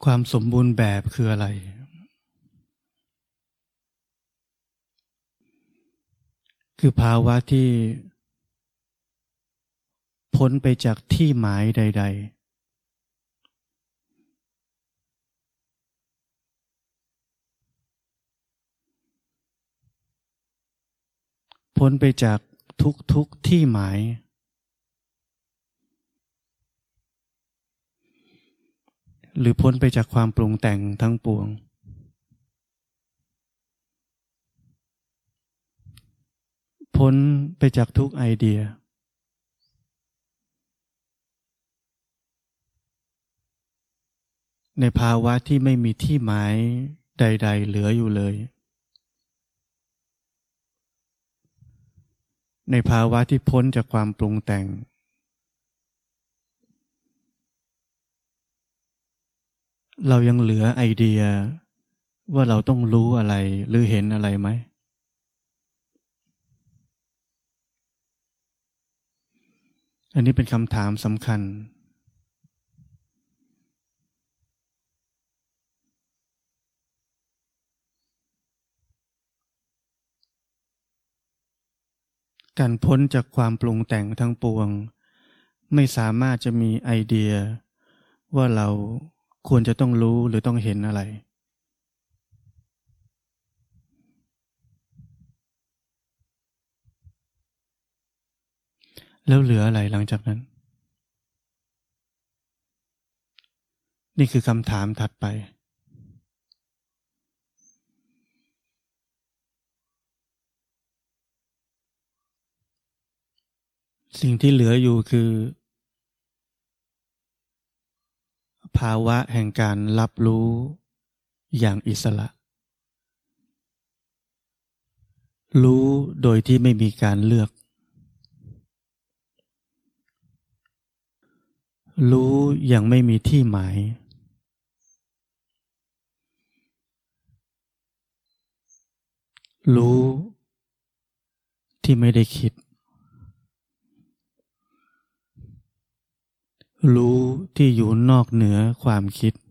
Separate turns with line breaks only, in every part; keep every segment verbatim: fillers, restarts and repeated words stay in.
ความสมบูรณ์แบบคืออะไรคือภาวะที่พ้นไปจากที่หมายใดๆพ้นไปจากทุกๆที่หมายหรือพ้นไปจากความปรุงแต่งทั้งปวงพ้นไปจากทุกไอเดียในภาวะที่ไม่มีที่หมายใดๆเหลืออยู่เลยในภาวะที่พ้นจากความปรุงแต่งเรายังเหลือไอเดียว่าเราต้องรู้อะไรหรือเห็นอะไรไหมอันนี้เป็นคำถามสำคัญการพ้นจากความปรุงแต่งทั้งปวงไม่สามารถจะมีไอเดียว่าเราควรจะต้องรู้หรือต้องเห็นอะไรแล้วเหลืออะไรหลังจากนั้นนี่คือคำถามถัดไปสิ่งที่เหลืออยู่คือภาวะแห่งการรับรู้อย่างอิสระรู้โดยที่ไม่มีการเลือกรู้อย่างไม่มีที่หมายรู้ที่ไม่ได้คิดรู้ที่อยู่นอกเหนือความคิด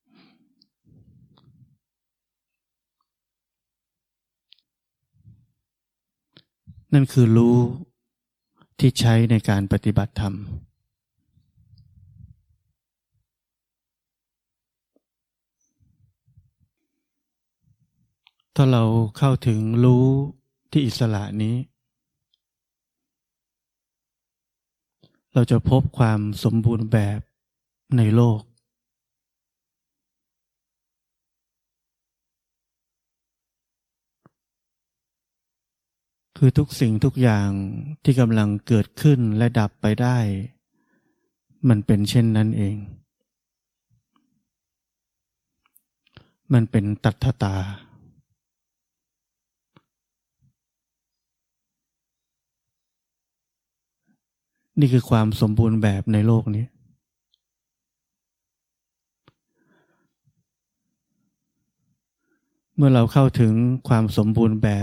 นั่นคือรู้ที่ใช้ในการปฏิบัติธรรมถ้าเราเข้าถึงรู้ที่อิสระนี้เราจะพบความสมบูรณ์แบบในโลกคือทุกสิ่งทุกอย่างที่กำลังเกิดขึ้นและดับไปได้มันเป็นเช่นนั้นเองมันเป็นตัทตานี่คือความสมบูรณ์แบบในโลกนี้เมื่อเราเข้าถึงความสมบูรณ์แบบ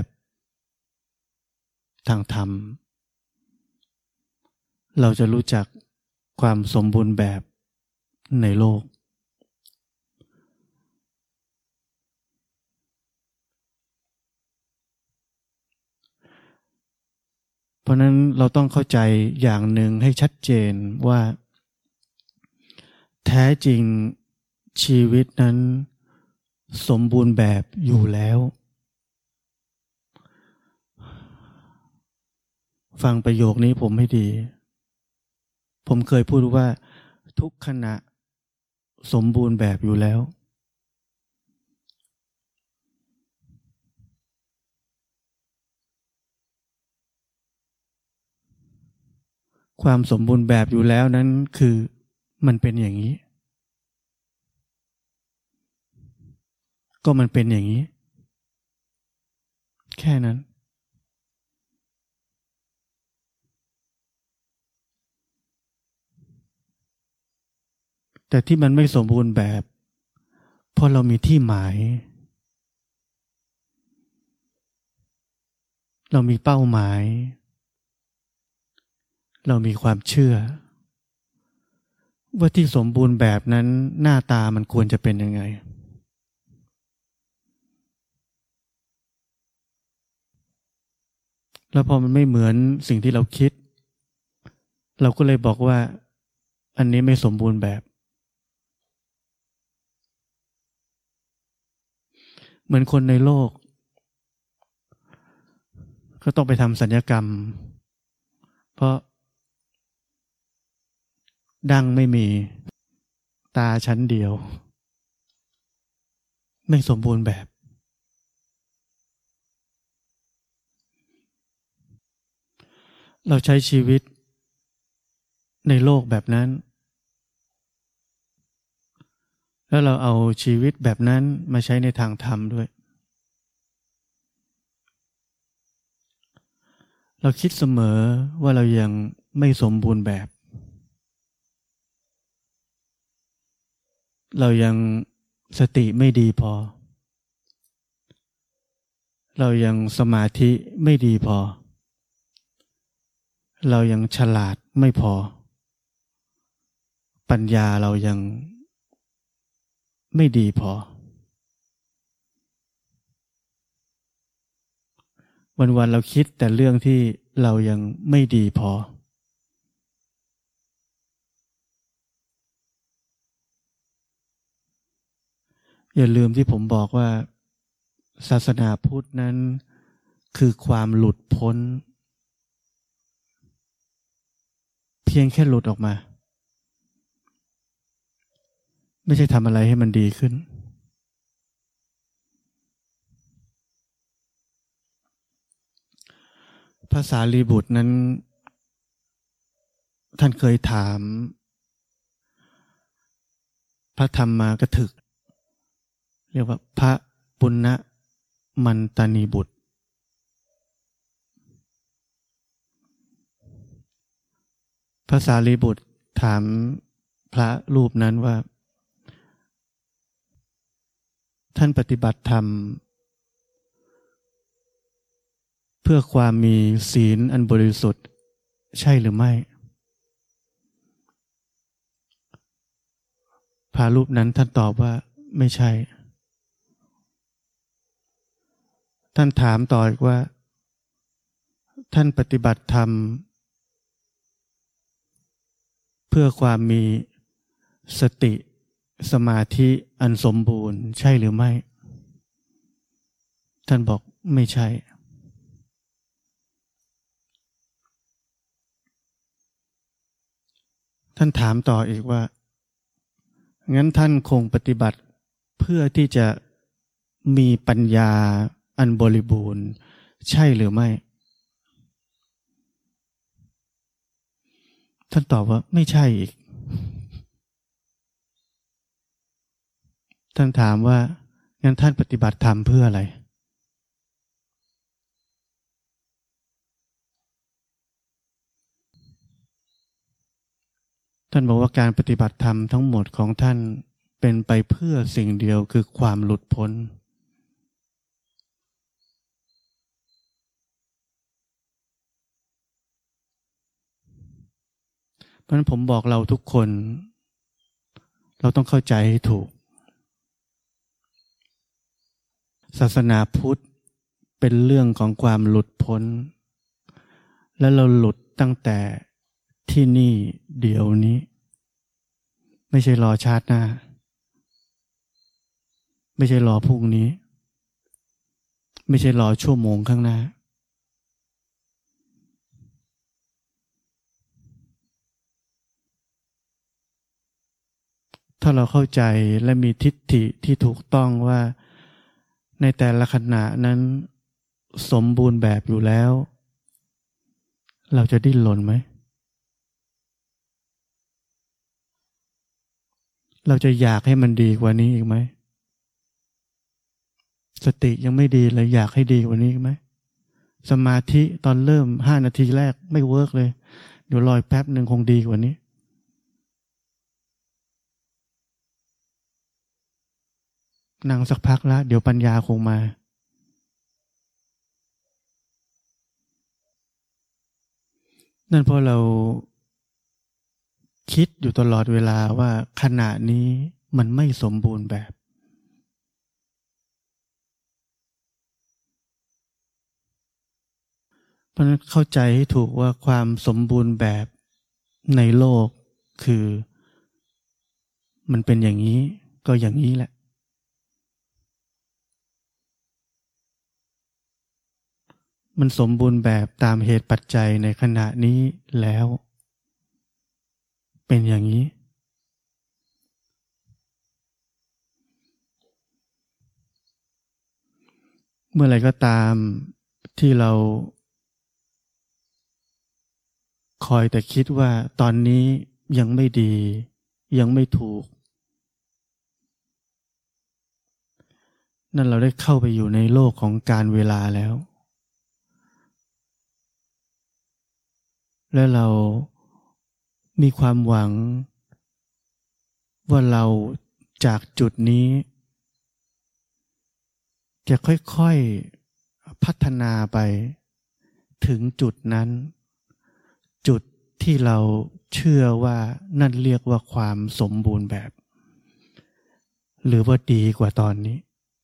ทางธรรมเราจะรู้จักความสมบูรณ์แบบในโลกเพราะนั้นเราต้องเข้าใจอย่างหนึ่งให้ชัดเจนว่าแท้จริงชีวิตนั้นสมบูรณ์แบบอยู่แล้วฟังประโยคนี้ผมให้ดีผมเคยพูดว่าทุกขณะสมบูรณ์แบบอยู่แล้วความสมบูรณ์แบบอยู่แล้วนั้นคือมันเป็นอย่างนี้ก็มันเป็นอย่างนี้แค่นั้นแต่ที่มันไม่สมบูรณ์แบบเพราะเรามีที่หมายเรามีเป้าหมายเรามีความเชื่อว่าที่สมบูรณ์แบบนั้นหน้าตามันควรจะเป็นยังไงแล้วพอมันไม่เหมือนสิ่งที่เราคิดเราก็เลยบอกว่าอันนี้ไม่สมบูรณ์แบบเหมือนคนในโลกก็ต้องไปทำศัลยกรรมเพราะดั้งไม่มีตาชั้นเดียวไม่สมบูรณ์แบบเราใช้ชีวิตในโลกแบบนั้นแล้วเราเอาชีวิตแบบนั้นมาใช้ในทางธรรมด้วยเราคิดเสมอว่าเรายังไม่สมบูรณ์แบบเรายังสติไม่ดีพอเรายังสมาธิไม่ดีพอเรายังฉลาดไม่พอปัญญาเรายังไม่ดีพอวันๆเราคิดแต่เรื่องที่เรายังไม่ดีพออย่าลืมที่ผมบอกว่าศาสนาพุทธนั้นคือความหลุดพ้นเพียงแค่หลุดออกมาไม่ใช่ทำอะไรให้มันดีขึ้นภาษาลีบุตรนั้นท่านเคยถามพระธรรมากถึกเรียกว่าพระปุณณมันตานีบุตรภาษาลีบุตรถามพระรูปนั้นว่าท่านปฏิบัติธรรมเพื่อความมีศีลอันบริสุทธิ์ใช่หรือไม่พระรูปนั้นท่านตอบว่าไม่ใช่ท่านถามต่ออีกว่าท่านปฏิบัติธรรมเพื่อความมีสติสมาธิอันสมบูรณ์ใช่หรือไม่ท่านบอกไม่ใช่ท่านถามต่ออีกว่างั้นท่านคงปฏิบัติเพื่อที่จะมีปัญญาอันบริบูรณ์ใช่หรือไม่ท่านตอบว่าไม่ใช่อีกท่านถามว่างั้นท่านปฏิบัติธรรมเพื่ออะไรท่านบอกว่าการปฏิบัติธรรมทั้งหมดของท่านเป็นไปเพื่อสิ่งเดียวคือความหลุดพ้นเพราะฉะนั้นผมบอกเราทุกคนเราต้องเข้าใจให้ถูกศาสนาพุทธเป็นเรื่องของความหลุดพ้นและเราหลุดตั้งแต่ที่นี่เดี๋ยวนี้ไม่ใช่รอชาติหน้าไม่ใช่รอพรุ่งนี้ไม่ใช่รอชั่วโมงข้างหน้าถ้าเราเข้าใจและมีทิฏฐิที่ถูกต้องว่าในแต่ละขณะนั้นสมบูรณ์แบบอยู่แล้วเราจะดิ้นรนไหมเราจะอยากให้มันดีกว่านี้อีกไหมสติยังไม่ดีเลยอยากให้ดีกว่านี้อีกไหมสมาธิตอนเริ่มห้านาทีแรกไม่เวิร์กเลยเดี๋ยวรอแป๊บหนึ่งคงดีกว่านี้นั่งสักพักแล้วเดี๋ยวปัญญาคงมานั่นเพราะเราคิดคิดอยู่ตลอดเวลาว่าขณะนี้มันไม่สมบูรณ์แบบเพราะนั้นเข้าใจให้ถูกว่าความสมบูรณ์แบบในโลกคือมันเป็นอย่างนี้ก็อย่างนี้แหละมันสมบูรณ์แบบตามเหตุปัจจัยในขณะนี้แล้วเป็นอย่างนี้เมื่อไหร่ก็ตามที่เราคอยแต่คิดว่าตอนนี้ยังไม่ดียังไม่ถูกนั่นเราได้เข้าไปอยู่ในโลกของการเวลาแล้วและเรามีความหวังว่าเราจากจุดนี้จะค่อยๆพัฒนาไปถึงจุดนั้นจุดที่เราเชื่อว่านั่นเรียกว่าความสมบูรณ์แบบหรือว่าดีกว่าตอนนี้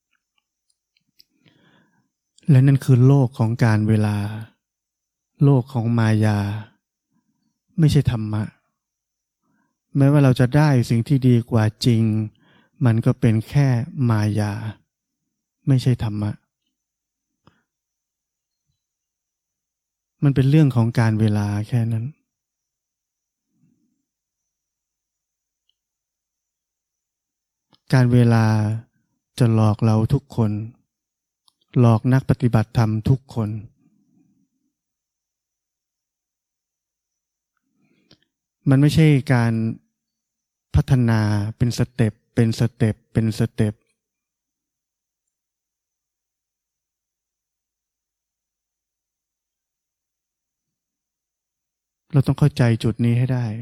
และนั่นคือโลกของการเวลาโลกของมายาไม่ใช่ธรรมะแม้ว่าเราจะได้สิ่งที่ดีกว่าจริงมันก็เป็นแค่มายาไม่ใช่ธรรมะมันเป็นเรื่องของการเวลาแค่นั้นการเวลาจะหลอกเราทุกคนหลอกนักปฏิบัติธรรมทุกคนมันไม่ใช่การพัฒนาเป็นสเต็ปเป็นสเต็ปเป็นสเต็ปเราต้องเข้าใจจุดนี้ให้ได้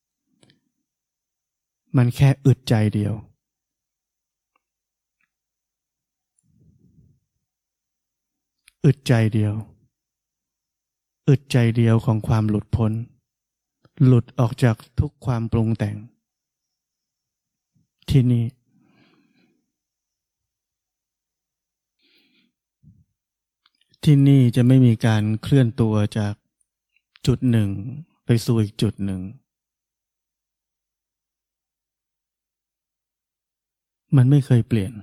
มันแค่อึดใจเดียวอึดใจเดียวอึดใจเดียวของความหลุดพ้นหลุดออกจากทุกความปรุงแต่งที่นี่ที่นี่จะไม่มีการเคลื่อนตัวจากจุดหนึ่งไปสู่อีกจุดหนึ่งมันไม่เคยเปลี่ยน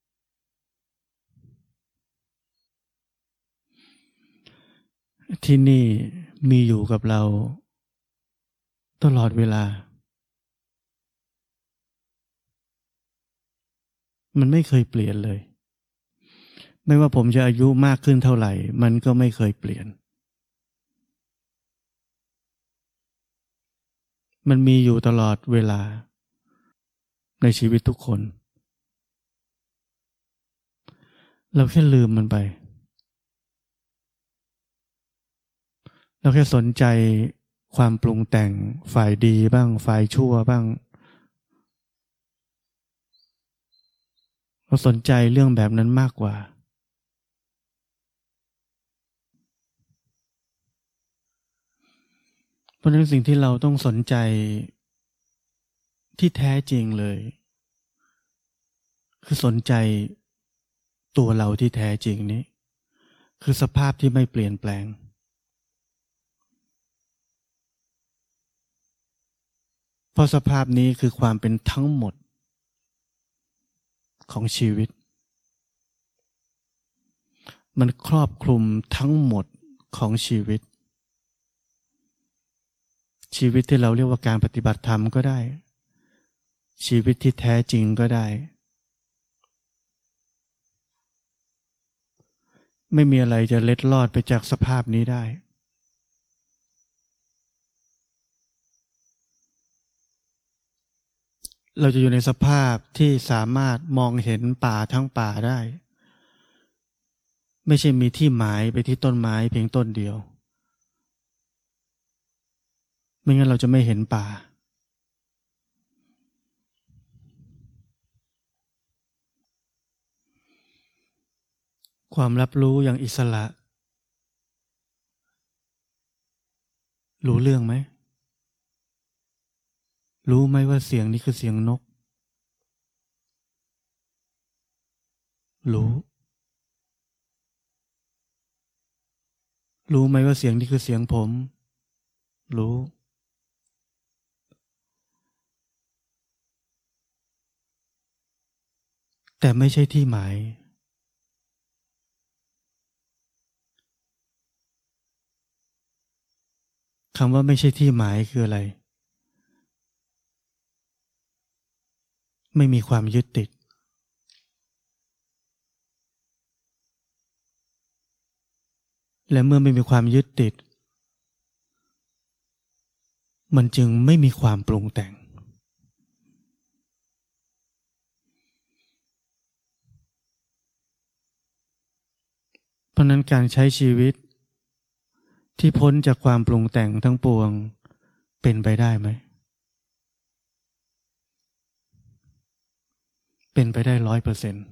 ที่นี่มีอยู่กับเราตลอดเวลามันไม่เคยเปลี่ยนเลยไม่ว่าผมจะอายุมากขึ้นเท่าไหร่มันก็ไม่เคยเปลี่ยนมันมีอยู่ตลอดเวลาในชีวิตทุกคนเราแค่ลืมมันไปเราแค่สนใจความปรุงแต่งฝ่ายดีบ้างฝ่ายชั่วบ้างเราสนใจเรื่องแบบนั้นมากกว่าเพราะฉะนั้นสิ่งที่เราต้องสนใจที่แท้จริงเลยคือสนใจตัวเราที่แท้จริงนี้คือสภาพที่ไม่เปลี่ยนแปลงเพราะสภาพนี้คือความเป็นทั้งหมดของชีวิตมันครอบคลุมทั้งหมดของชีวิตชีวิตที่เราเรียกว่าการปฏิบัติธรรมก็ได้ชีวิตที่แท้จริงก็ได้ไม่มีอะไรจะเล็ดลอดไปจากสภาพนี้ได้เราจะอยู่ในสภาพที่สามารถมองเห็นป่าทั้งป่าได้ไม่ใช่มีที่หมายไปที่ต้นไม้เพียงต้นเดียวไม่งั้นเราจะไม่เห็นป่าความรับรู้อย่างอิสระรู้เรื่องไหมรู้ไหมว่าเสียงนี้คือเสียงนกรู้รู้ไหมว่าเสียงนี้คือเสียงผมรู้แต่ไม่ใช่ที่หมายคำว่าไม่ใช่ที่หมายคืออะไรไม่มีความยึดติดและเมื่อไม่มีความยึดติดมันจึงไม่มีความปรุงแต่งเพราะนั้นการใช้ชีวิตที่พ้นจากความปรุงแต่งทั้งปวงเป็นไปได้ไหมเป็นไปได้ร้อยเปอร์เซ็นต์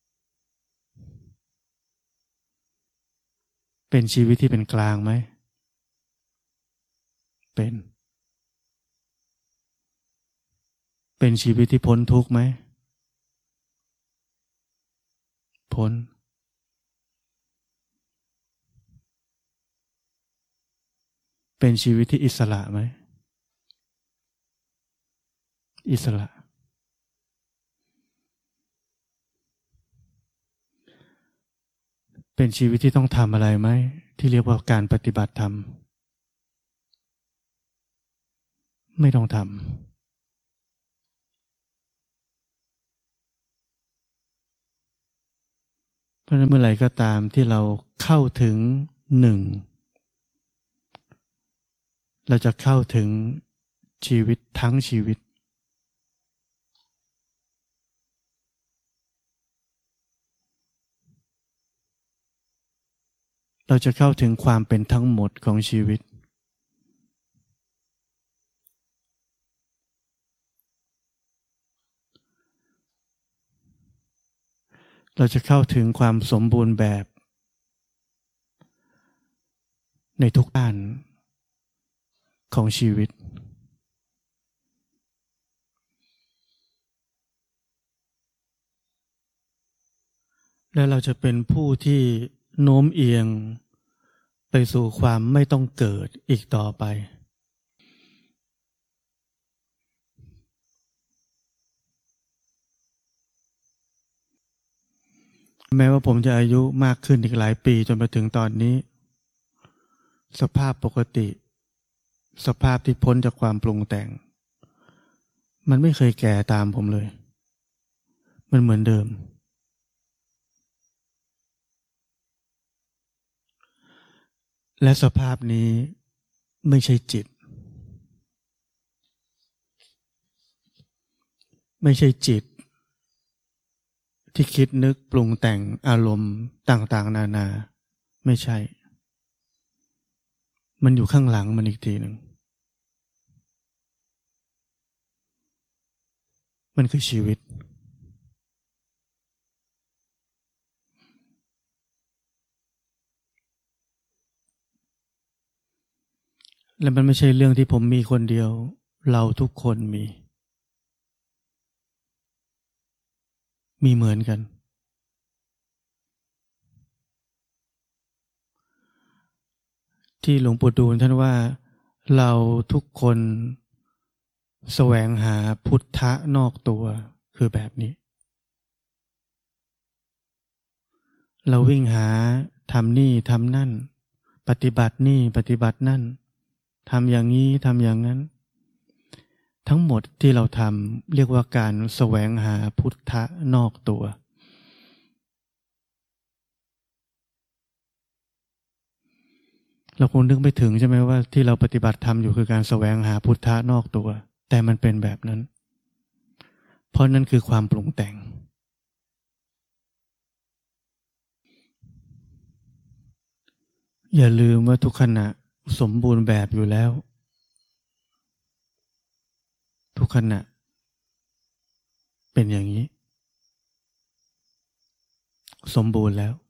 เป็นชีวิตที่เป็นกลางไหมเป็นเป็นชีวิตที่พ้นทุกข์ไหมพ้นเป็นชีวิตที่อิสระไหมอิสระเป็นชีวิตที่ต้องทำอะไรไหมที่เรียกว่าการปฏิบัติธรรมไม่ต้องทำเพราะฉะนั้นเมื่อไหร่ก็ตามที่เราเข้าถึงหนึ่งเราจะเข้าถึงชีวิตทั้งชีวิตเราจะเข้าถึงความเป็นทั้งหมดของชีวิตเราจะเข้าถึงความสมบูรณ์แบบในทุกด้านของชีวิตและเราจะเป็นผู้ที่โน้มเอียงไปสู่ความไม่ต้องเกิดอีกต่อไปแม้ว่าผมจะอายุมากขึ้นอีกหลายปีจนมาถึงตอนนี้สภาพปกติสภาพที่พ้นจากความปรุงแต่งมันไม่เคยแก่ตามผมเลยมันเหมือนเดิมและสภาพนี้ไม่ใช่จิตไม่ใช่จิตที่คิดนึกปรุงแต่งอารมณ์ต่างๆนานาไม่ใช่มันอยู่ข้างหลังมันอีกทีหนึ่งมันคือชีวิตและมันไม่ใช่เรื่องที่ผมมีคนเดียวเราทุกคนมีมีเหมือนกันที่หลวงปู่ดูลท่านว่าเราทุกคนแสวงหาพุทธะนอกตัวคือแบบนี้เราวิ่งหาทำนี่ทำนั่นปฏิบัตินี่ปฏิบัตินั่นทำอย่างนี้ทำอย่างนั้นทั้งหมดที่เราทำเรียกว่าการแสวงหาพุทธะนอกตัวเราคงนึกไม่ถึงใช่ไหมว่าที่เราปฏิบัติธรรมอยู่คือการแสวงหาพุทธะนอกตัวแต่มันเป็นแบบนั้นเพราะนั่นคือความปรุงแต่งอย่าลืมว่าทุกขณะสมบูรณ์แบบอยู่แล้วทุกขณะเป็นอย่างนี้สมบูรณ์แล้ว